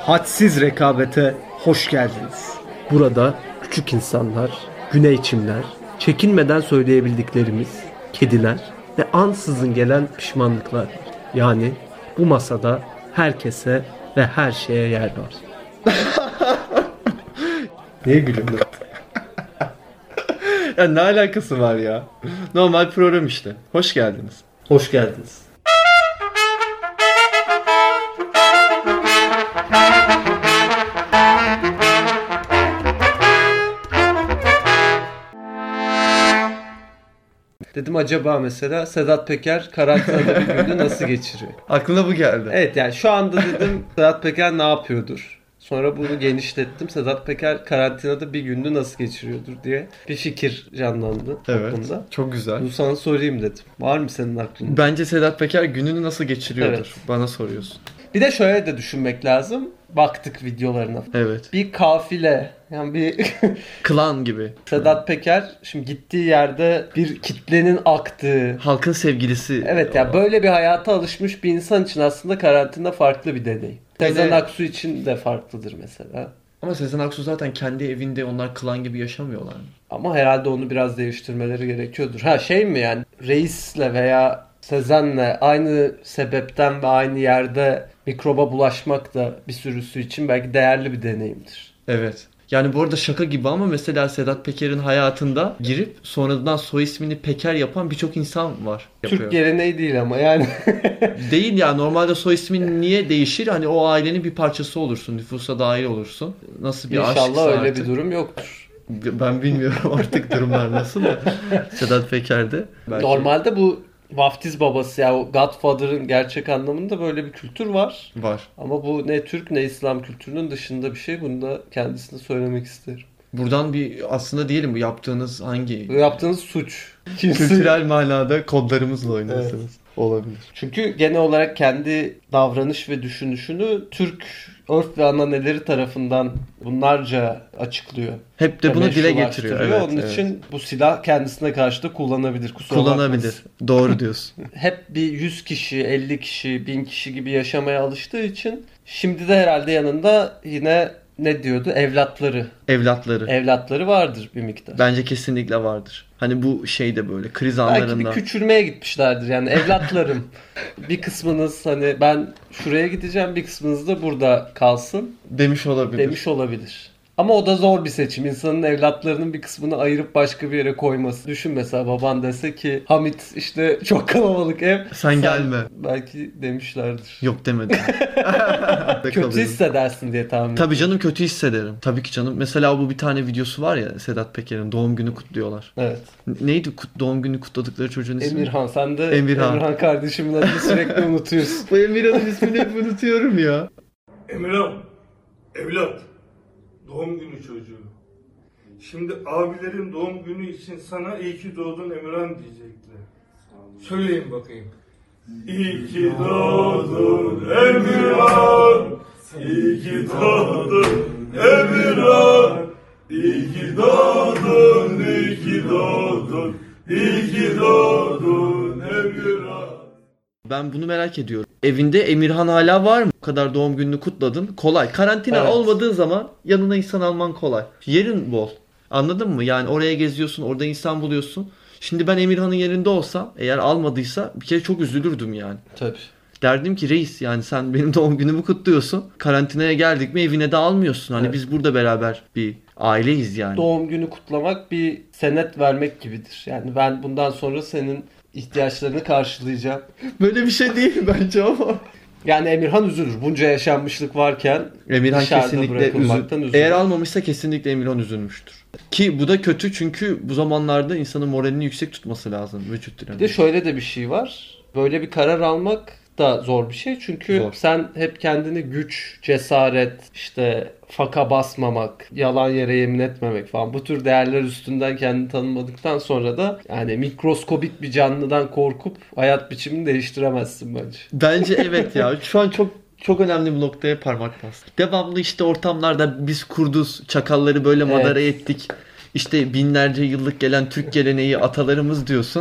hadsiz rekabete hoş geldiniz. Burada küçük insanlar, güneyçimler, çekinmeden söyleyebildiklerimiz, kediler ve ansızın gelen pişmanlıklar var. Yani bu masada herkese ve her şeye yer var. Niye gülüyorsun? Ya ne alakası var ya? Normal program işte. Hoş geldiniz. Hoş geldiniz. Dedim acaba mesela Sedat Peker karantinada bir günü nasıl geçiriyor? Aklına bu geldi. Evet, yani şu anda dedim Sedat Peker ne yapıyordur? Sonra bunu genişlettim. Sedat Peker karantinada bir günü nasıl geçiriyordur diye bir fikir canlandı aklımda. Çok güzel. Bunu sana sorayım dedim. Var mı senin aklında? Bence Sedat Peker gününü nasıl geçiriyordur? Evet. Bana soruyorsun. Bir de şöyle de düşünmek lazım. Baktık videolarına. Evet. Bir kafile, yani bir Klan gibi. Sedat Peker şimdi gittiği yerde bir kitlenin aktığı. Halkın sevgilisi. Evet, yani böyle bir hayata alışmış bir insan için aslında karantina farklı bir deneyim. Sezen Aksu için de farklıdır mesela. Ama Sezen Aksu zaten kendi evinde, onlar klan gibi yaşamıyorlar mı? Ama herhalde onu biraz değiştirmeleri gerekiyordur. Ha, şey mi yani, Reis'le veya Sezen'le aynı sebepten ve aynı yerde mikroba bulaşmak da bir sürüsü için belki değerli bir deneyimdir. Evet. Yani bu arada şaka gibi ama mesela Sedat Peker'in hayatında girip sonradan soy ismini Peker yapan birçok insan var. Türk geleneği değil ama yani. Değil ya, normalde soy ismin niye değişir? Hani o ailenin bir parçası olursun, nüfusa dahil olursun. Nasıl bir aşksa İnşallah öyle artık. bir durum yoktur. Ben bilmiyorum artık durumlar nasıl da Sedat Peker'de. Belki... Normalde bu vaftiz babası ya, o Godfather'ın gerçek anlamında böyle bir kültür var. Var. Ama bu ne Türk ne İslam kültürünün dışında bir şey. Bunu da kendisine söylemek isterim. Buradan bir aslında diyelim, bu yaptığınız hangi? Bu yaptığınız suç. Kültürel manada kodlarımızla oynuyorsunuz. Evet. Olabilir. Çünkü genel olarak kendi davranış ve düşünüşünü Türk örf ve ananeleri tarafından bunlarca açıklıyor. Hep de bunu dile getiriyor. Evet, onun için bu silah kendisine karşı da kullanabilir. Kullanabilir. Doğru diyorsun. Hep bir 100 kişi, 50 kişi, 1000 kişi gibi yaşamaya alıştığı için şimdi de herhalde yanında yine ne diyordu? Evlatları vardır bir miktar. Bence kesinlikle vardır. Hani bu şeyde böyle kriz anlarında. Belki bir küçülmeye gitmişlerdir yani evlatlarım. Bir kısmınız hani ben şuraya gideceğim, bir kısmınız da burada kalsın. Demiş olabilir. Ama o da zor bir seçim. İnsanın evlatlarının bir kısmını ayırıp başka bir yere koyması. Düşün mesela baban dese ki Hamit işte çok kalabalık ev. Sen gelme. Belki demişlerdir. Yok demedim. Kötü hissedersin diye tahmin ediyorum. Tabii canım, kötü hissederim. Tabii ki canım. Mesela bu bir tane videosu var ya, Sedat Peker'in doğum günü kutluyorlar. Evet. Neydi doğum günü kutladıkları çocuğun ismi? Emirhan. Sen de Emirhan kardeşimin adını sürekli unutuyorsun. Bu Emirhan'ın ismini hep unutuyorum ya. Emirhan, evlat. Doğum günü çocuğu. Şimdi abilerin doğum günü için sana iyi ki doğdun Emirhan diyecekler. Söyleyin bakayım. İyi ki doğdun Emirhan. İyi ki doğdun Emirhan. İyi ki doğdun, iyi ki doğdun. İyi ki doğdun Emirhan. Ben bunu merak ediyorum. Evinde Emirhan hala var mı? Bu kadar doğum gününü kutladın. Kolay. Karantina olmadığı zaman yanına insan alman kolay. Yerin bol. Anladın mı? Yani oraya geziyorsun, orada insan buluyorsun. Şimdi ben Emirhan'ın yerinde olsam, eğer almadıysa bir kere çok üzülürdüm yani. Tabii. Derdim ki reis, yani sen benim doğum günümü kutluyorsun. Karantinaya geldik mi evine de almıyorsun. Hani biz burada beraber bir aileyiz yani. Doğum günü kutlamak bir senet vermek gibidir. Yani ben bundan sonra senin ihtiyaçlarını karşılayacağım. Böyle bir şey değil bence ama. Yani Emirhan üzülür. Bunca yaşanmışlık varken Emirhan kesinlikle üzülür. Eğer almamışsa kesinlikle Emirhan üzülmüştür. Ki bu da kötü, çünkü bu zamanlarda insanın moralini yüksek tutması lazım. Vücut dinamiği. Bir de şöyle de bir şey var. Böyle bir karar almak da zor bir şey. Çünkü sen hep kendini güç, cesaret, işte faka basmamak, yalan yere yemin etmemek falan, bu tür değerler üstünden kendini tanımadıktan sonra da yani mikroskobik bir canlıdan korkup hayat biçimini değiştiremezsin bence. Bence evet ya. Şu an çok önemli bir noktaya parmak bastı. Devamlı işte ortamlarda biz Kurduz, çakalları böyle madara ettik. İşte binlerce yıllık gelen Türk geleneği atalarımız diyorsun.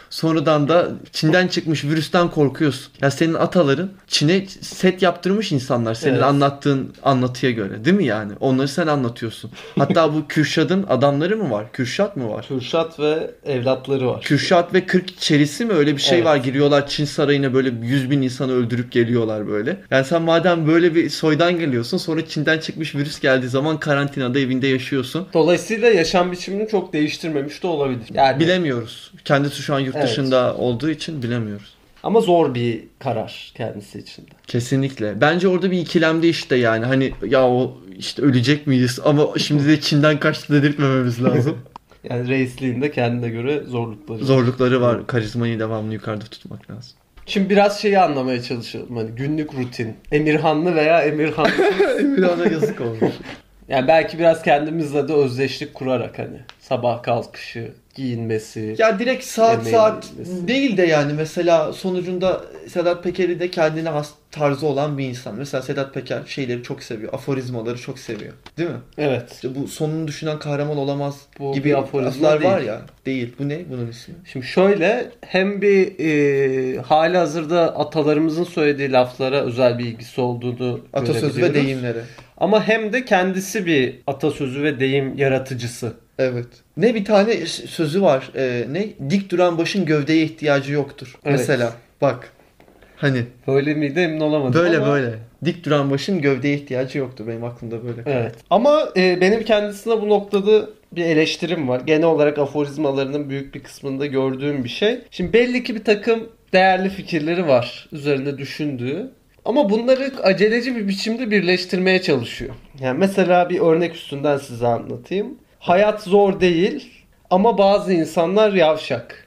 Sonradan da Çin'den çıkmış virüsten korkuyorsun. Ya senin ataların Çin'e set yaptırmış insanlar senin Evet. anlattığın anlatıya göre, değil mi yani? Onları sen anlatıyorsun. Hatta bu Kürşat'ın adamları mı var? Kürşat mı var? Kürşat ve evlatları var. Kürşat ve 40 çerisi mi, öyle bir şey Evet. var. Giriyorlar Çin sarayına, böyle 100.000 insanı öldürüp geliyorlar böyle. Yani sen madem böyle bir soydan geliyorsun, sonra Çin'den çıkmış virüs geldiği zaman karantinada evinde yaşıyorsun. Dolayısıyla yaşam biçimini çok değiştirmemiş de olabilir. Yani Bilemiyoruz. Kendisi şu an yurt Evet. dışında olduğu için bilemiyoruz. ama zor bir karar kendisi için de. Kesinlikle. Bence orada bir ikilemde işte yani. Hani ya o işte ölecek miyiz ama şimdi de Çin'den kaçtı dedirtmememiz lazım. Yani reisliğin de kendine göre zorlukları var. Zorlukları var. Karizmayı devamlı yukarıda tutmak lazım. Şimdi biraz şeyi anlamaya çalışalım. Hani günlük rutin. Emirhanlı veya Emirhansız. Emirhan'a yazık olmuş. Yani belki biraz kendimizle de özdeşlik kurarak hani sabah kalkışı, giyinmesi. Ya direkt saat Emeğin verilmesi. değil de yani mesela sonucunda Sedat Peker'i de kendine has tarzı olan bir insan. Mesela Sedat Peker şeyleri çok seviyor. Aforizmaları çok seviyor. Değil mi? Evet. İşte bu sonunu düşünen kahraman olamaz Bu gibi bir aforizma laflar var değil. ya. Değil. Bu ne? Bunun ismi. Şimdi şöyle hem bir hali hazırda atalarımızın söylediği laflara özel bir ilgisi olduğunu Atasözü ve görebiliyoruz. deyimleri. Ama hem de kendisi bir atasözü ve deyim yaratıcısı. Evet. Ne bir tane sözü var. Ne? Dik duran başın gövdeye ihtiyacı yoktur. Evet. Mesela bak. Hani Böyle miydi emin olamadım böyle ama. böyle. Dik duran başın gövdeye ihtiyacı yoktur. Benim aklımda böyle. Evet. Ama benim kendisine bu noktada bir eleştirim var. Genel olarak aforizmalarının büyük bir kısmında gördüğüm bir şey. Şimdi belli ki bir takım değerli fikirleri var. Üzerinde düşündüğü. Ama bunları aceleci bir biçimde birleştirmeye çalışıyor. Yani mesela bir örnek üstünden size anlatayım. Hayat zor değil ama bazı insanlar yavşak.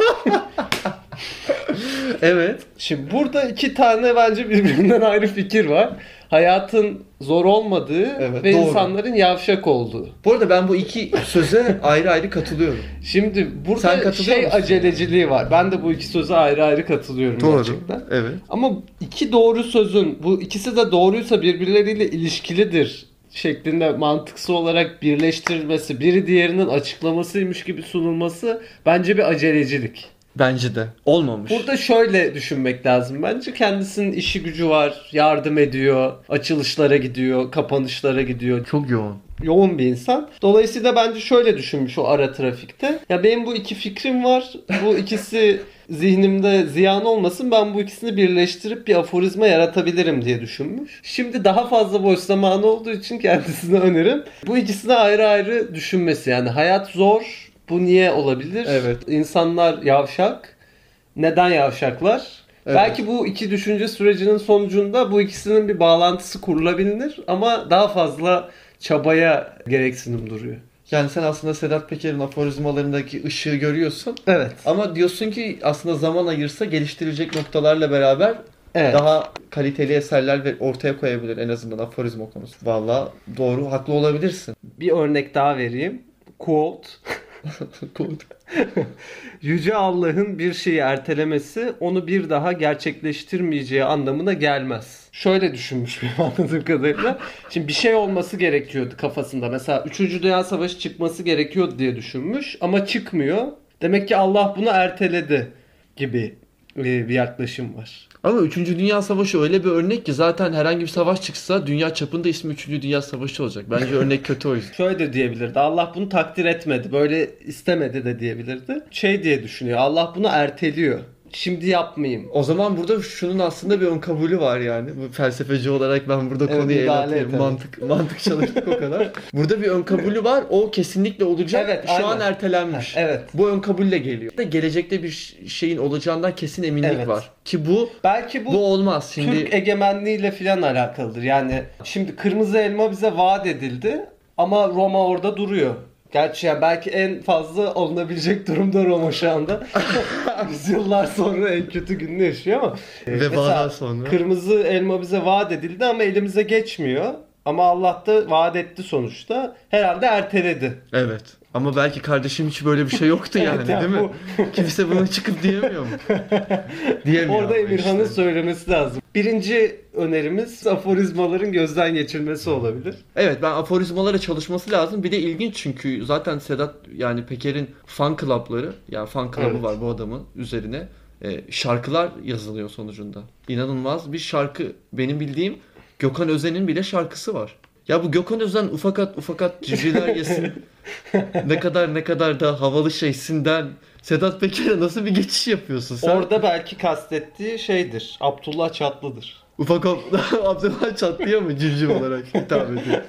Evet. Şimdi burada iki tane bence birbirinden ayrı fikir var. Hayatın zor olmadığı Evet, ve doğru. insanların yavşak olduğu. Bu arada ben bu iki söze ayrı ayrı katılıyorum. Şimdi Sen burada katılıyor şey musun? aceleciliği var. Ben de bu iki söze ayrı ayrı katılıyorum gerçekten. Evet. Ama iki doğru sözün bu ikisi de doğruysa birbirleriyle ilişkilidir şeklinde mantıksal olarak birleştirilmesi, biri diğerinin açıklamasıymış gibi sunulması bence bir acelecilik. Bence de. Olmamış. Burada şöyle düşünmek lazım bence. Kendisinin işi gücü var, yardım ediyor, açılışlara gidiyor, kapanışlara gidiyor. Çok yoğun. Yoğun bir insan. Dolayısıyla bence şöyle düşünmüş o ara trafikte. Ya benim bu iki fikrim var. Bu ikisi zihnimde ziyan olmasın. Ben bu ikisini birleştirip bir aforizma yaratabilirim diye düşünmüş. Şimdi daha fazla boş zamanı olduğu için kendisine önerim bu ikisini ayrı ayrı düşünmesi. Yani hayat zor. Bu niye olabilir? Evet. İnsanlar yavşak. Neden yavşaklar? Evet. Belki bu iki düşünce sürecinin sonucunda bu ikisinin bir bağlantısı kurulabilir ama daha fazla çabaya gereksinim duruyor. Yani sen aslında Sedat Peker'in aforizmalarındaki ışığı görüyorsun. Evet. Ama diyorsun ki aslında zaman ayırsa geliştirilecek noktalarla beraber Evet. daha kaliteli eserler ortaya koyabilir en azından aforizma konusu. Vallahi doğru, haklı olabilirsin. Bir örnek daha vereyim. Quote. Yüce Allah'ın bir şeyi ertelemesi onu bir daha gerçekleştirmeyeceği anlamına gelmez. Şöyle düşünmüş benim anladığım kadarıyla. Şimdi bir şey olması gerekiyordu kafasında. Mesela 3. Dünya Savaşı çıkması gerekiyordu diye düşünmüş ama çıkmıyor. Demek ki Allah bunu erteledi gibi bir yaklaşım var. Ama 3. Dünya Savaşı öyle bir örnek ki zaten herhangi bir savaş çıksa dünya çapında ismi 3. Dünya Savaşı olacak. Bence örnek kötü o yüzden. Şöyle de diyebilirdi. Allah bunu takdir etmedi. Böyle istemedi de diyebilirdi. Şey diye düşünüyor. Allah bunu erteliyor. Şimdi yapmayayım. O zaman burada şunun aslında bir ön kabulü var yani. Bu felsefeci olarak ben burada Evet, konuya el müdahale atıyorum. edelim. Mantık çalıştık o kadar. Burada bir ön kabulü var. O kesinlikle olacak. Evet, Şu an aynen. ertelenmiş. Evet. Bu ön kabulle geliyor. Gelecekte bir şeyin olacağından kesin eminlik Evet. var. Ki bu Belki bu olmaz. Şimdi Türk egemenliğiyle filan alakalıdır. Yani şimdi kırmızı elma bize vaat edildi ama Roma orada duruyor. Gerçi yani belki en fazla alınabilecek durumda Roma şu anda. Yüzyıllar sonra en kötü gününü yaşıyor ama. Vebadan mesela sonra. Kırmızı elma bize vaat edildi ama elimize geçmiyor. Ama Allah da vaat etti sonuçta. Herhalde erteledi. Evet. Ama belki kardeşim hiç böyle bir şey yoktu yani, Evet, yani değil mi? Kimse bunu çıkıp diyemiyor mu? Diyemiyor. Orada ama Emirhan'ın işte. söylemesi lazım. Birinci önerimiz aforizmaların gözden geçirilmesi olabilir. Evet, ben aforizmalara çalışması lazım. Bir de ilginç çünkü zaten Sedat yani Peker'in fan club'ları, yani fan club'ı var bu adamın üzerine. Şarkılar yazılıyor sonucunda. İnanılmaz bir şarkı. Benim bildiğim Gökhan Özen'in bile şarkısı var. Ya bu Gökhan Özen ufakat civcivler yesin. ne kadar da havalı şeysinden Sedat Peker'e nasıl bir geçiş yapıyorsun sen? Orada belki kastettiği şeydir. Abdullah Çatlı'dır. Abdullah Çatlı'ya mı civciv olarak hitap ediyor?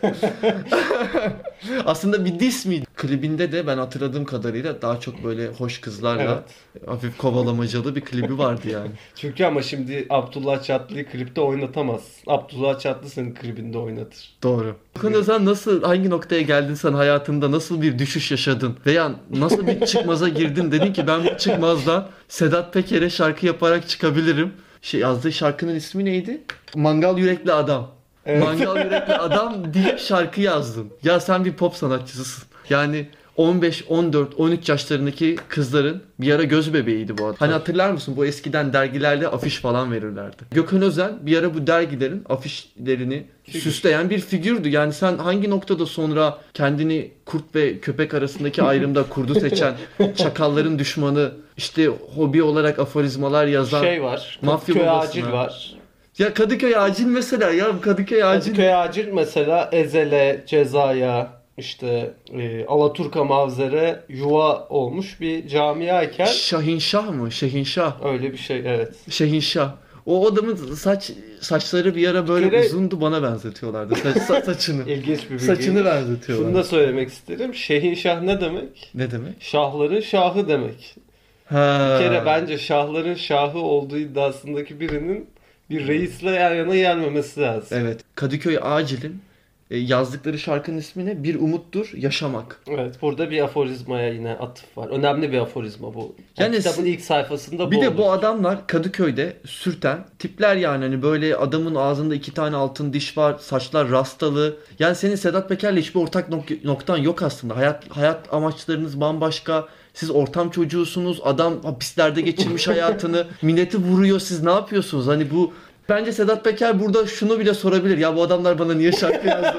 Aslında bir diss miydi? Klibinde de ben hatırladığım kadarıyla daha çok böyle hoş kızlarla hafif kovalamacalı bir klibi vardı yani. Çünkü ama şimdi Abdullah Çatlı'yı klipte oynatamaz. Abdullah Çatlı senin klibinde oynatır. Doğru. Bakın sen hangi noktaya geldin, sen hayatında nasıl bir düşüş yaşadın veya nasıl bir çıkmaza girdin, dedin ki ben bu çıkmazdan Sedat Peker'e şarkı yaparak çıkabilirim. Yazdığı şarkının ismi neydi? Mangal Yürekli Adam. Evet. Mangal Yürekli Adam diye şarkı yazdın. Ya sen bir pop sanatçısısın. Yani 15, 14, 13 yaşlarındaki kızların bir ara göz bebeğiydi bu adam. Hani hatırlar mısın? Bu eskiden dergilerde afiş falan verirlerdi. Gökhan Özen bir ara bu dergilerin afişlerini süsleyen bir figürdü. Yani sen hangi noktada sonra kendini kurt ve köpek arasındaki ayrımda kurdu seçen, çakalların düşmanı, işte hobi olarak aforizmalar yazan var. mafya Kadıköy babasına. Acil var. Ya Kadıköy Acil mesela, ya Kadıköy Acil mesela Ezel'e, Ceza'ya, İşte Alaturka Mavzer'e yuva olmuş bir camiayken. Şahinşah mı? Şehinşah. Öyle bir şey, evet. Şehinşah. O adamın saçları bir ara böyle uzundu, bana benzetiyorlardı. Saçını. İlginç bir bilgi. Saçını benzetiyorlar. Şunu da söylemek isterim. Şehinşah ne demek? Ne demek? Şahların şahı demek. Ha. Bir kere bence şahların şahı olduğu iddiasındaki birinin bir reisle yan yana gelmemesi lazım. Evet. Kadıköy Acil'in yazdıkları şarkının ismi ne? Bir umuttur yaşamak. Evet, burada bir aforizmaya yine atıf var. Önemli bir aforizma bu. Yani kitabın ilk sayfasında bu. Bir de bu adamlar Kadıköy'de sürten tipler yani, hani böyle adamın ağzında 2 tane altın diş var, saçlar rastalı. Yani senin Sedat Peker'le hiçbir ortak noktan yok aslında. Hayat amaçlarınız bambaşka. Siz ortam çocuğusunuz. Adam hapislerde geçirmiş hayatını. Milleti vuruyor. Siz ne yapıyorsunuz? Hani bu... Bence Sedat Peker burada şunu bile sorabilir. Ya bu adamlar bana niye şarkı yazdı?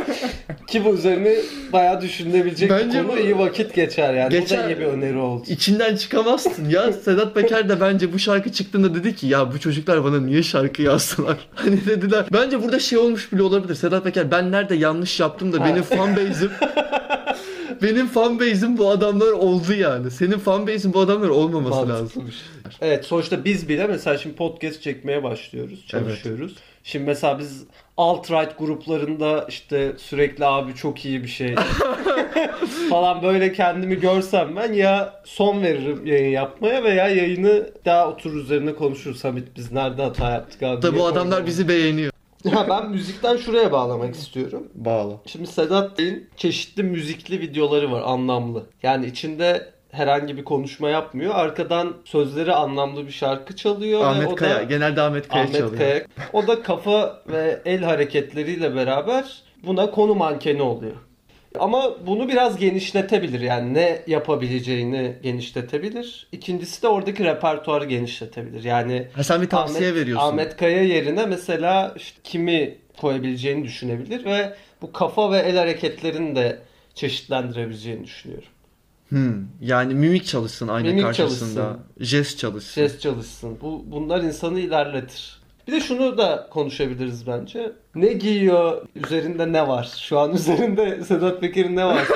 Ki bu üzerine bayağı düşünülebilecek bir konu. İyi vakit geçer yani. Bu da iyi bir öneri oldu. İçinden çıkamazsın. Ya Sedat Peker de bence bu şarkı çıktığında dedi ki ya bu çocuklar bana niye şarkı yazdılar? Hani dediler. Bence burada şey olmuş bile olabilir. Sedat Peker, ben nerede yanlış yaptım da benim fanbase'im bu adamlar oldu yani. Senin fanbase'in bu adamlar olmaması lazım. Evet, sonuçta biz bile mesela şimdi podcast çekmeye başlıyoruz, çalışıyoruz. Evet. Şimdi mesela biz alt-right gruplarında işte sürekli abi çok iyi bir şey falan böyle kendimi görsem ben ya son veririm yayın yapmaya veya yayını daha oturur üzerine konuşuruz. Hamit biz nerede hata yaptık abi. Tabii bu adamlar bizi beğeniyor. Ya ben müzikten şuraya bağlamak istiyorum. Bağla. Şimdi Sedat Bey'in çeşitli müzikli videoları var, anlamlı. Yani içinde herhangi bir konuşma yapmıyor. Arkadan sözleri anlamlı bir şarkı çalıyor. Ahmet Kaya. Genelde Ahmet Kaya çalıyor. O da kafa ve el hareketleriyle beraber buna konu mankeni oluyor. Ama bunu biraz genişletebilir. Yani ne yapabileceğini genişletebilir. İkincisi de oradaki repertuarı genişletebilir. Yani sen bir tavsiye veriyorsun. Ahmet Kaya yerine mesela işte kimi koyabileceğini düşünebilir ve bu kafa ve el hareketlerini de çeşitlendirebileceğini düşünüyorum. Yani mimik çalışsın ayna mimik karşısında. Çalışsın. Jest çalışsın. Jest çalışsın. Bunlar insanı ilerletir. Bir de şunu da konuşabiliriz bence. Ne giyiyor? Üzerinde ne var? Şu an üzerinde Sedat Peker'in ne var?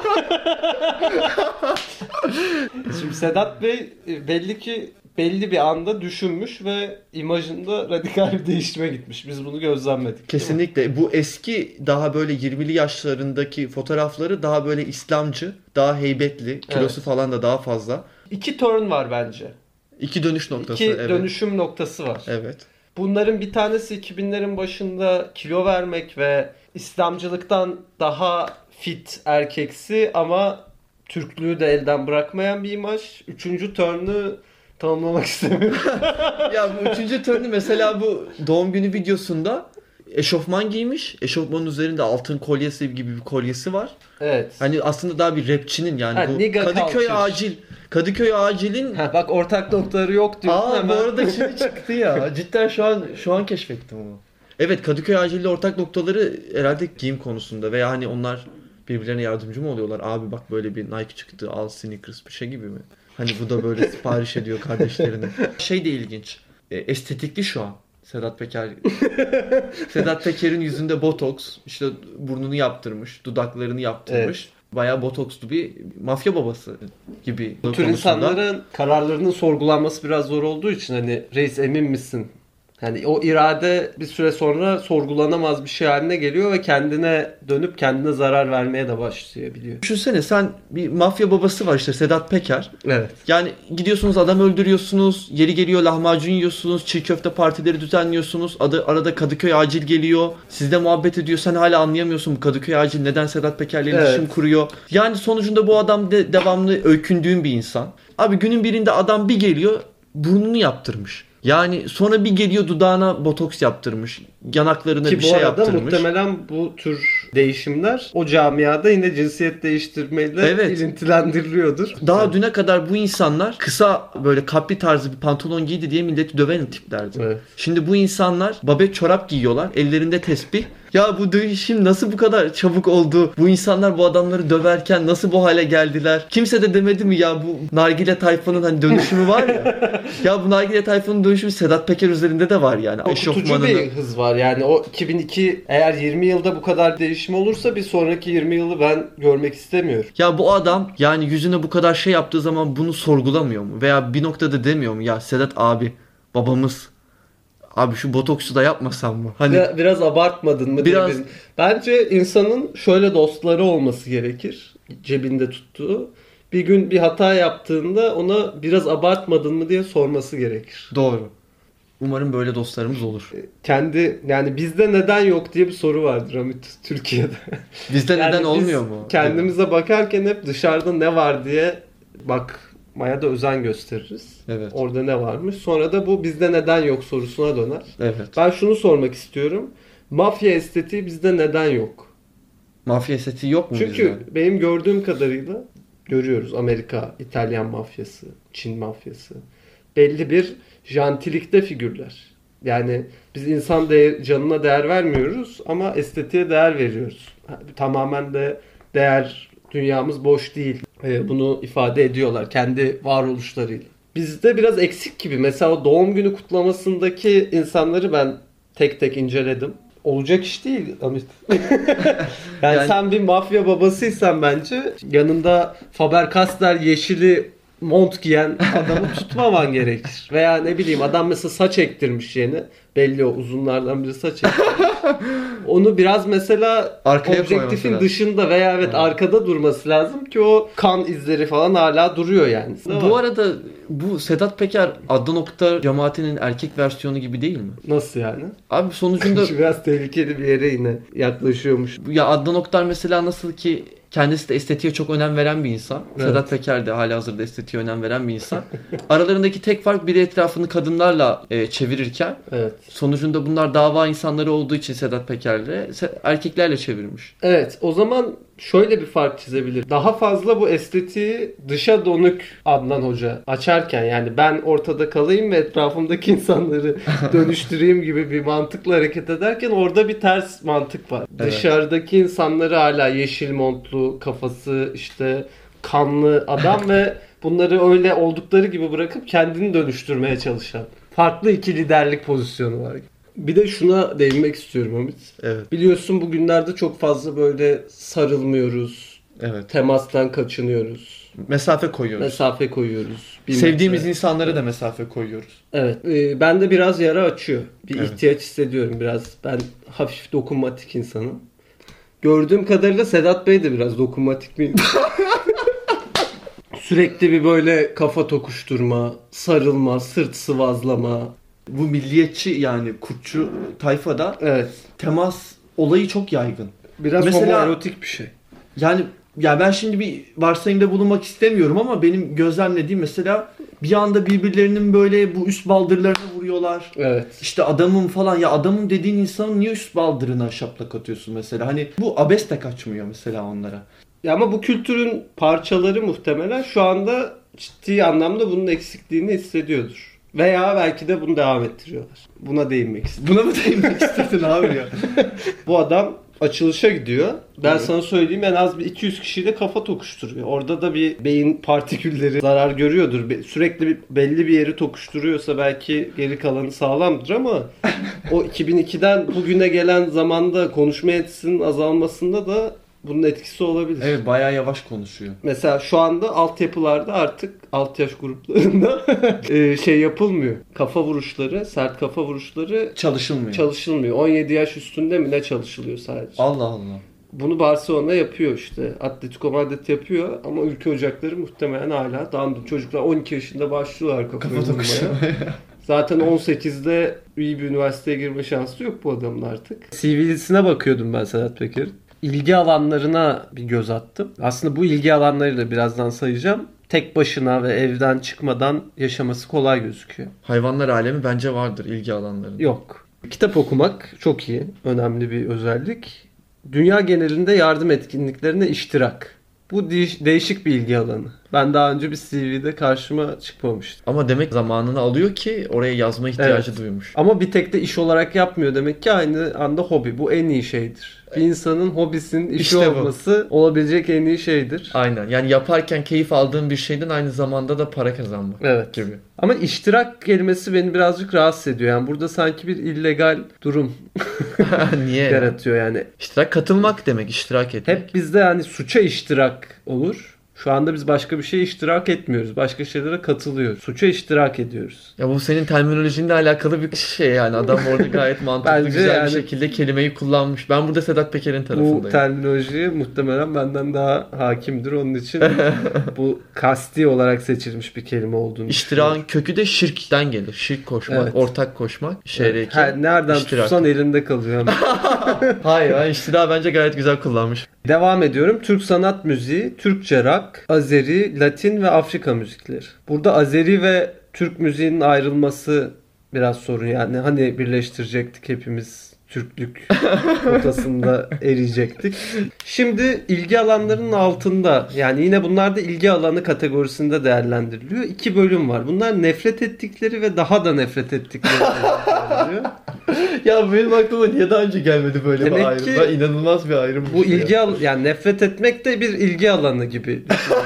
Şimdi Sedat Bey belli ki belli bir anda düşünmüş ve imajında radikal bir değişime gitmiş. Biz bunu gözlemledik. Kesinlikle. Bu eski daha böyle 20'li yaşlarındaki fotoğrafları daha böyle İslamcı, daha heybetli, kilosu falan da daha fazla. 2 turn var bence. 2 dönüş noktası. 2 dönüşüm noktası var. Evet. Bunların bir tanesi 2000'lerin başında kilo vermek ve İslamcılıktan daha fit erkeksi ama Türklüğü de elden bırakmayan bir imaj. 3. turn'ü tanımlamak istemiyorum. Ya bu 3. turn'ü mesela bu doğum günü videosunda eşofman giymiş. Eşofmanın üzerinde altın kolyesi gibi bir kolyesi var. Evet. Hani aslında daha bir rapçinin yani Ha, bu nigga Kadıköy culture. acil. Kadıköy acilin Bak ortak noktaları yok diyorsun bu hemen. arada şimdi çıktı ya. Cidden şu an keşfettim onu. Evet, Kadıköy acilde ortak noktaları herhalde giyim konusunda veya hani onlar birbirlerine yardımcı mı oluyorlar? Abi bak böyle bir Nike çıktı, al sneakers bir şey gibi mi? Hani bu da böyle sipariş ediyor kardeşlerine. Şey de ilginç. Estetikli şu an. Sedat Peker. Sedat Peker'in yüzünde botoks, işte burnunu yaptırmış, dudaklarını yaptırmış. Evet. Bayağı botokslu bir mafya babası gibi. Bu tür insanların kararlarının sorgulanması biraz zor olduğu için hani reis emin misin? Yani o irade bir süre sonra sorgulanamaz bir şey haline geliyor ve kendine dönüp kendine zarar vermeye de başlayabiliyor. Düşünsene, sen bir mafya babası var işte Sedat Peker. Evet. Yani gidiyorsunuz adam öldürüyorsunuz, yeri geliyor lahmacun yiyorsunuz, çiğ köfte partileri düzenliyorsunuz. Arada Kadıköy acil geliyor, sizle muhabbet ediyor. Sen hala anlayamıyorsun bu Kadıköy acil neden Sedat Peker'le iletişim kuruyor. Yani sonucunda bu adam devamlı öykündüğün bir insan. Abi günün birinde adam bir geliyor burnunu yaptırmış. Yani sonra bir geliyor dudağına botoks yaptırmış. Yanaklarına bir şey yaptırmış. Ki bu arada muhtemelen bu tür değişimler o camiada yine cinsiyet değiştirmeyle ilintilendiriliyordur. Daha düne kadar bu insanlar kısa böyle kapri tarzı bir pantolon giydi diye milleti döven tiplerdi. Evet. Şimdi bu insanlar babet çorap giyiyorlar. Ellerinde tesbih. Ya bu değişim nasıl bu kadar çabuk oldu? Bu insanlar bu adamları döverken nasıl bu hale geldiler? Kimse de demedi mi ya bu nargile tayfanın hani dönüşümü var ya. Ya bu nargile tayfanın dönüşümü Sedat Peker üzerinde de var yani. Okutucu bir hız var. Yani o 2002 eğer 20 yılda bu kadar değişim olursa bir sonraki 20 yılı ben görmek istemiyorum. Ya bu adam yani yüzüne bu kadar şey yaptığı zaman bunu sorgulamıyor mu? Veya bir noktada demiyor mu? Ya Sedat abi, babamız, abi şu botoksu da yapmasam mı? Hani biraz abartmadın mı? Biraz. Bence insanın şöyle dostları olması gerekir. Cebinde tuttuğu. Bir gün bir hata yaptığında ona biraz abartmadın mı diye sorması gerekir. Doğru. Umarım böyle dostlarımız olur. Yani bizde neden yok diye bir soru vardır Hamit Türkiye'de. Bizde neden olmuyor mu? Kendimize bakarken hep dışarıda ne var diye bakmaya da özen gösteririz. Evet. Orada ne varmış. Sonra da bu bizde neden yok sorusuna döner. Evet. Ben şunu sormak istiyorum. Mafya estetiği bizde neden yok? Mafya estetiği yok mu Çünkü bizde? benim gördüğüm kadarıyla görüyoruz Amerika, İtalyan mafyası, Çin mafyası. Belli bir jantilikte figürler. Yani biz insan canına değer vermiyoruz ama estetiğe değer veriyoruz. Tamamen de değer dünyamız boş değil. Bunu ifade ediyorlar kendi varoluşlarıyla. Bizde biraz eksik gibi. Mesela o doğum günü kutlamasındaki insanları ben tek tek inceledim. Olacak iş değil Amit. yani sen bir mafya babasıysan bence yanında Faber-Castell yeşili mont giyen adamı tutmaman gerekir. Veya ne bileyim adam mesela saç ektirmiş yeni. Belli o uzunlardan biri saç ektirmiş. Onu biraz mesela arkaya objektifin dışında veya arkada durması lazım ki o kan izleri falan hala duruyor yani. Bu arada bu Sedat Peker Adnan Oktar cemaatinin erkek versiyonu gibi değil mi? Nasıl yani? Abi sonucunda biraz tehlikeli bir yere yine yaklaşıyormuş. Ya Adnan Oktar mesela nasıl ki kendisi de estetiğe çok önem veren bir insan. Evet. Sedat Peker de halihazırda estetiğe önem veren bir insan. Aralarındaki tek fark biri etrafını kadınlarla çevirirken sonucunda bunlar dava insanları olduğu için Sedat Peker'le erkeklerle çevirmiş. Evet, o zaman şöyle bir fark çizebilir. Daha fazla bu estetiği dışa dönük Adnan Hoca açarken yani ben ortada kalayım ve etrafımdaki insanları dönüştüreyim gibi bir mantıkla hareket ederken orada bir ters mantık var. Evet. Dışarıdaki insanları hala yeşil montlu, kafası işte kanlı adam ve bunları öyle oldukları gibi bırakıp kendini dönüştürmeye çalışan. Farklı iki liderlik pozisyonu var. Bir de şuna değinmek istiyorum Hamit. Evet. Biliyorsun bugünlerde çok fazla böyle sarılmıyoruz. Evet. Temastan kaçınıyoruz. Mesafe koyuyoruz. Sevdiğimiz insanlara da mesafe koyuyoruz. Evet. Ben de biraz yara açıyor. Bir ihtiyaç hissediyorum biraz. Ben hafif dokunmatik insanım. Gördüğüm kadarıyla Sedat Bey de biraz dokunmatik bir sürekli bir böyle kafa tokuşturma, sarılma, sırt sıvazlama. Bu milliyetçi yani kurtçu tayfada temas olayı çok yaygın. Biraz mesela, homoerotik bir şey. Yani ya ben şimdi bir varsayımda bulunmak istemiyorum ama benim gözlemlediğim mesela bir anda birbirlerinin böyle bu üst baldırlarına vuruyor vuruyorlar. Evet. İşte adamım falan. Ya adamım dediğin insanın niye üst baldırına şaplak atıyorsun mesela? Hani bu abes de kaçmıyor mesela onlara. Ya ama bu kültürün parçaları muhtemelen şu anda ciddi anlamda bunun eksikliğini hissediyordur. Veya belki de bunu devam ettiriyorlar. Buna değinmek istedim. Buna mı değinmek istedin abi ya? Bu adam açılışa gidiyor. Ben Evet. sana söyleyeyim, en az bir 200 kişiyle kafa tokuşturuyor. Orada da bir beyin partikülleri zarar görüyordur. Sürekli belli bir yeri tokuşturuyorsa belki geri kalanı sağlamdır ama o 2002'den bugüne gelen zamanda konuşma yetisinin azalmasında da bunun etkisi olabilir. Evet, bayağı yavaş konuşuyor. Mesela şu anda altyapılarda artık alt yaş gruplarında şey yapılmıyor. Kafa vuruşları, sert kafa vuruşları çalışılmıyor. 17 yaş üstünde mi ne çalışılıyor sadece. Allah Allah. Bunu Barcelona yapıyor işte. Atletico Madrid yapıyor ama ülke ocakları muhtemelen hala dandik. Çocuklar 12 yaşında başlıyorlar kafayı vurmaya. Zaten 18'de iyi bir üniversiteye girme şansı yok bu adamın artık. CV'sine bakıyordum ben Sedat Peker'in. İlgi alanlarına bir göz attım. Aslında bu ilgi alanlarıyla birazdan sayacağım. Tek başına ve evden çıkmadan yaşaması kolay gözüküyor. Hayvanlar alemi bence vardır ilgi alanlarında. Yok. Kitap okumak çok iyi. Önemli bir özellik. Dünya genelinde yardım etkinliklerine iştirak. Bu değişik bir ilgi alanı. Ben daha önce bir CV'de karşıma çıkmamıştı. Ama demek zamanını alıyor ki oraya yazma ihtiyacı duymuş. Ama bir tek de iş olarak yapmıyor demek ki, aynı anda hobi. Bu en iyi şeydir. Bir insanın hobisinin işi İşte olması olabilecek en iyi şeydir. Aynen. Yani yaparken keyif aldığın bir şeyden aynı zamanda da para kazanmak gibi. Ama iştirak kelimesi beni birazcık rahatsız ediyor. Yani burada sanki bir illegal durum Niye? yaratıyor yani. İştirak katılmak demek, iştirak etmek. Hep bizde hani suça iştirak olur. Şu anda biz başka bir şeye iştirak etmiyoruz. Başka şeylere katılıyoruz. Suça iştirak ediyoruz. Ya bu senin terminolojinle alakalı bir şey yani. Adam orada gayet mantıklı, güzel bir şekilde kelimeyi kullanmış. Ben burada Sedat Peker'in tarafındayım. Bu terminoloji muhtemelen benden daha hakimdir. Onun için bu kasti olarak seçilmiş bir kelime olduğunu İştirakın kökü de şirkten gelir. Şirk koşmak, ortak koşmak. Nereden tutsan elinde kalıyor. Hayır, iştirak bence gayet güzel kullanmış. Devam ediyorum. Türk sanat müziği, Türkçe rock, Azeri, Latin ve Afrika müzikleri. Burada Azeri ve Türk müziğinin ayrılması biraz sorun yani. Hani birleştirecektik hepimiz, Türklük potasında eriyecektik. Şimdi ilgi alanlarının altında, yani yine bunlar da ilgi alanı kategorisinde değerlendiriliyor. 2 bölüm var. Bunlar nefret ettikleri ve daha da nefret ettikleri değerlendiriliyor. Ya benim aklıma niye daha önce gelmedi böyle Demek bir ayrım? Ben inanılmaz bir ayrım. Bu ilgi yani nefret etmek de bir ilgi alanı gibi.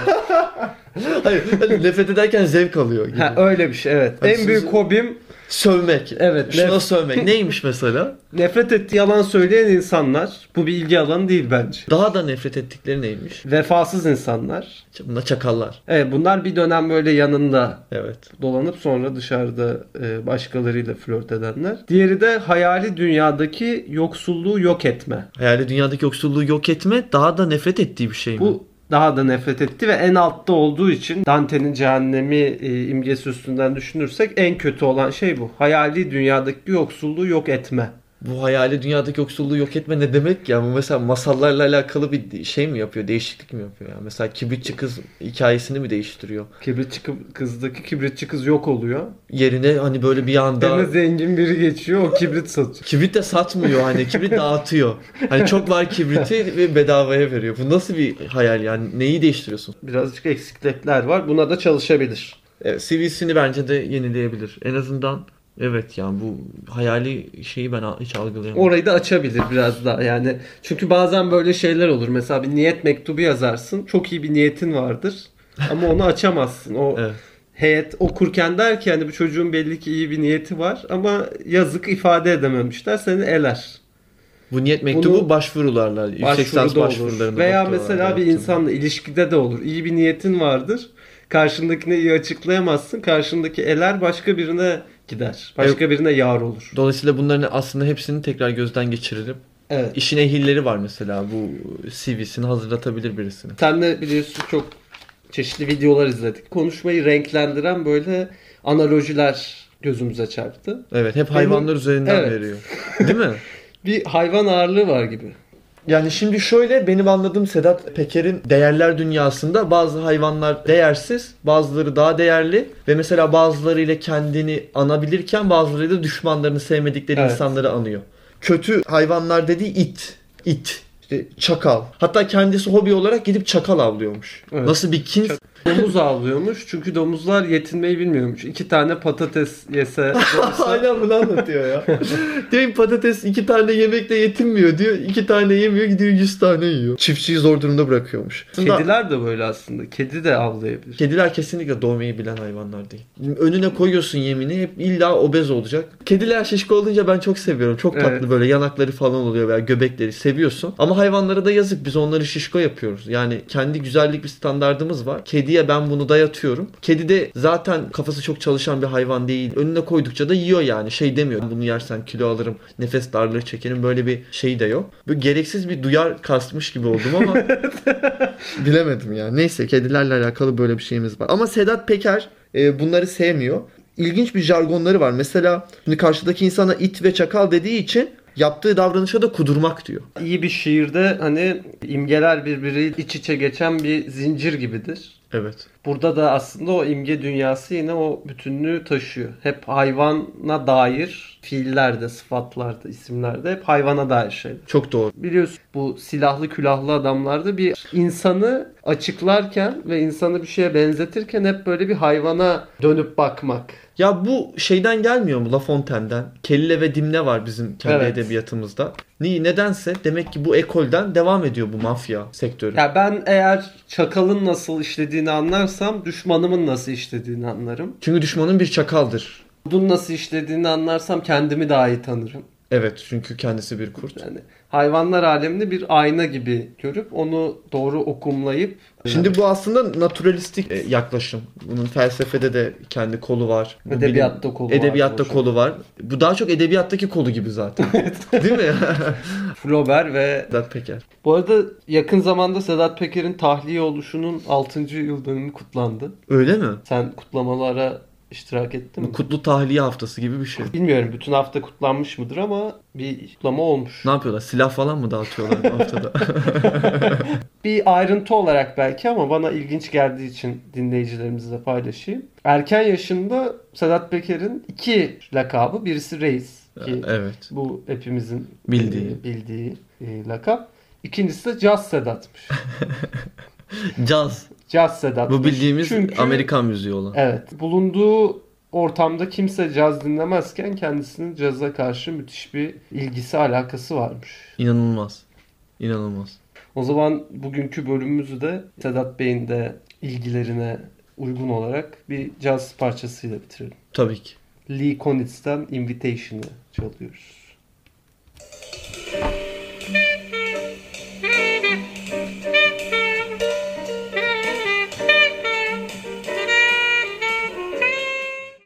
Hayır, nefret ederken zevk alıyor gibi. Öyle bir şey, evet. Hani en büyük hobim sövmek. Evet. Şuna sövmek. Neymiş mesela? Nefret ettiği yalan söyleyen insanlar. Bu bir ilgi alanı değil bence. Daha da nefret ettikleri neymiş? Vefasız insanlar. Bunlar çakallar. Evet, bunlar bir dönem böyle yanında evet. dolanıp sonra dışarıda başkalarıyla flört edenler. Diğeri de hayali dünyadaki yoksulluğu yok etme. Hayali dünyadaki yoksulluğu yok etme daha da nefret ettiği bir şey mi? Bu daha da nefret etti ve en altta olduğu için Dante'nin cehennemi imgesi üstünden düşünürsek en kötü olan şey bu. Hayali dünyadaki yoksulluğu yok etme. Bu hayali dünyadaki yoksulluğu yok etme ne demek ya? Bu mesela masallarla alakalı bir şey mi yapıyor? Değişiklik mi yapıyor? Yani mesela kibritçi kız hikayesini mi değiştiriyor? Kibritçi kız yok oluyor. Yerine hani böyle bir anda... Yerine zengin biri geçiyor, o kibrit satıyor. Kibrit de satmıyor, hani kibrit dağıtıyor. Hani çok var kibriti ve bedavaya veriyor. Bu nasıl bir hayal yani? Neyi değiştiriyorsun? Birazcık eksiklikler var. Buna da çalışabilir. Evet, CV'sini bence de yenileyebilir. En azından evet, yani bu hayali şeyi ben hiç algılayamam. Orayı da açabilir biraz daha yani. Çünkü bazen böyle şeyler olur. Mesela bir niyet mektubu yazarsın. Çok iyi bir niyetin vardır. Ama onu açamazsın. O evet. Heyet okurken der ki hani bu çocuğun belli ki iyi bir niyeti var ama yazık ifade edememişler. Seni eler. Bu niyet mektubu başvurularla, yüksek lisans başvurularında. Veya mesela bir insanla ilişkide de olur. İyi bir niyetin vardır. Karşındakine iyi açıklayamazsın. Karşındaki eler, başka birine gider. Başka birine yar olur. Dolayısıyla bunların aslında hepsini tekrar gözden geçirilip işin ehilleri var mesela. Bu CV'sini hazırlatabilir birisini. Sen de biliyorsun çok çeşitli videolar izledik. Konuşmayı renklendiren böyle analojiler gözümüze çarptı. Evet, hep hayvanlar üzerinden veriyor. Değil mi? Bir hayvan ağırlığı var gibi. Yani şimdi şöyle, benim anladığım Sedat Peker'in değerler dünyasında bazı hayvanlar değersiz, bazıları daha değerli ve mesela bazılarıyla kendini anabilirken bazılarıyla da düşmanlarını, sevmedikleri insanları anıyor. Kötü hayvanlar dediği it, işte çakal. Hatta kendisi hobi olarak gidip çakal avlıyormuş. Evet. Nasıl bir kin? Domuz avlıyormuş çünkü domuzlar yetinmeyi bilmiyormuş. 2 tane patates yese... Hala bunu anlatıyor ya. Diyor patates 2 tane yemekle yetinmiyor diyor. 2 tane yemiyor, gidiyor 100 tane yiyor. Çiftçiyi zor durumda bırakıyormuş. Kediler de böyle aslında. Kedi de avlayabilir. Kediler kesinlikle doymayı bilen hayvanlar değil. Önüne koyuyorsun yemini, hep illa obez olacak. Kediler şişko olunca ben çok seviyorum. Çok tatlı böyle yanakları falan oluyor veya göbekleri seviyorsun. Ama hayvanlara da yazık. Biz onları şişko yapıyoruz. Yani kendi güzellik bir standardımız var. Kediye ben bunu dayatıyorum. Kedi de zaten kafası çok çalışan bir hayvan değil. Önüne koydukça da yiyor yani. Şey demiyor. Bunu yersen kilo alırım, nefes darlığı çekerim. Böyle bir şey de yok. Böyle gereksiz bir duyar kasmış gibi oldum ama bilemedim ya. Neyse, kedilerle alakalı böyle bir şeyimiz var. Ama Sedat Peker bunları sevmiyor. İlginç bir jargonları var. Mesela şimdi karşıdaki insana it ve çakal dediği için yaptığı davranışa da kudurmak diyor. İyi bir şiirde hani imgeler birbiriyle iç içe geçen bir zincir gibidir. Evet. Burada da aslında o imge dünyası yine o bütünlüğü taşıyor. Hep hayvana dair fiillerde, sıfatlarda, isimlerde hep hayvana dair şeyler. Çok doğru. Biliyorsun bu silahlı külahlı adamlarda bir insanı açıklarken ve insanı bir şeye benzetirken hep böyle bir hayvana dönüp bakmak. Ya bu şeyden gelmiyor mu, La Fontaine'den? Kelle ve Dimne var bizim kendi edebiyatımızda. Nedense demek ki bu ekolden devam ediyor bu mafya sektörü. Ya ben eğer çakalın nasıl işlediğini anlarsam düşmanımın nasıl işlediğini anlarım. Çünkü düşmanın bir çakaldır. Bunun nasıl işlediğini anlarsam kendimi daha iyi tanırım. Evet, çünkü kendisi bir kurt. Yani hayvanlar alemini bir ayna gibi görüp onu doğru okumlayıp... Şimdi bu aslında naturalistik yaklaşım. Bunun felsefede de kendi kolu var. Edebiyatta kolu var. Edebiyatta kolu var. Bu daha çok edebiyattaki kolu gibi zaten. Değil mi? Flaubert ve Sedat Peker. Bu arada yakın zamanda Sedat Peker'in tahliye oluşunun 6. yıl dönümü kutlandı. Öyle mi? Sen kutlamalara iştirak ettin mi? Kutlu tahliye haftası gibi bir şey. Bilmiyorum bütün hafta kutlanmış mıdır ama bir kutlama olmuş. Ne yapıyorlar? Silah falan mı dağıtıyorlar bu haftada? Bir ayrıntı olarak belki ama bana ilginç geldiği için dinleyicilerimizle paylaşayım. Erken yaşında Sedat Peker'in 2 lakabı. Birisi Reis. Ki evet. Bu hepimizin bildiği lakap. İkincisi de Caz Sedat'mış. Caz Sedat. Bu bildiğimiz çünkü, Amerikan müziği olan. Evet. Bulunduğu ortamda kimse caz dinlemezken kendisinin caza karşı müthiş bir ilgisi, alakası varmış. İnanılmaz. O zaman bugünkü bölümümüzü de Sedat Bey'in de ilgilerine uygun olarak bir caz parçasıyla bitirelim. Tabii ki. Lee Konitz'ten Invitation'ı çalıyoruz.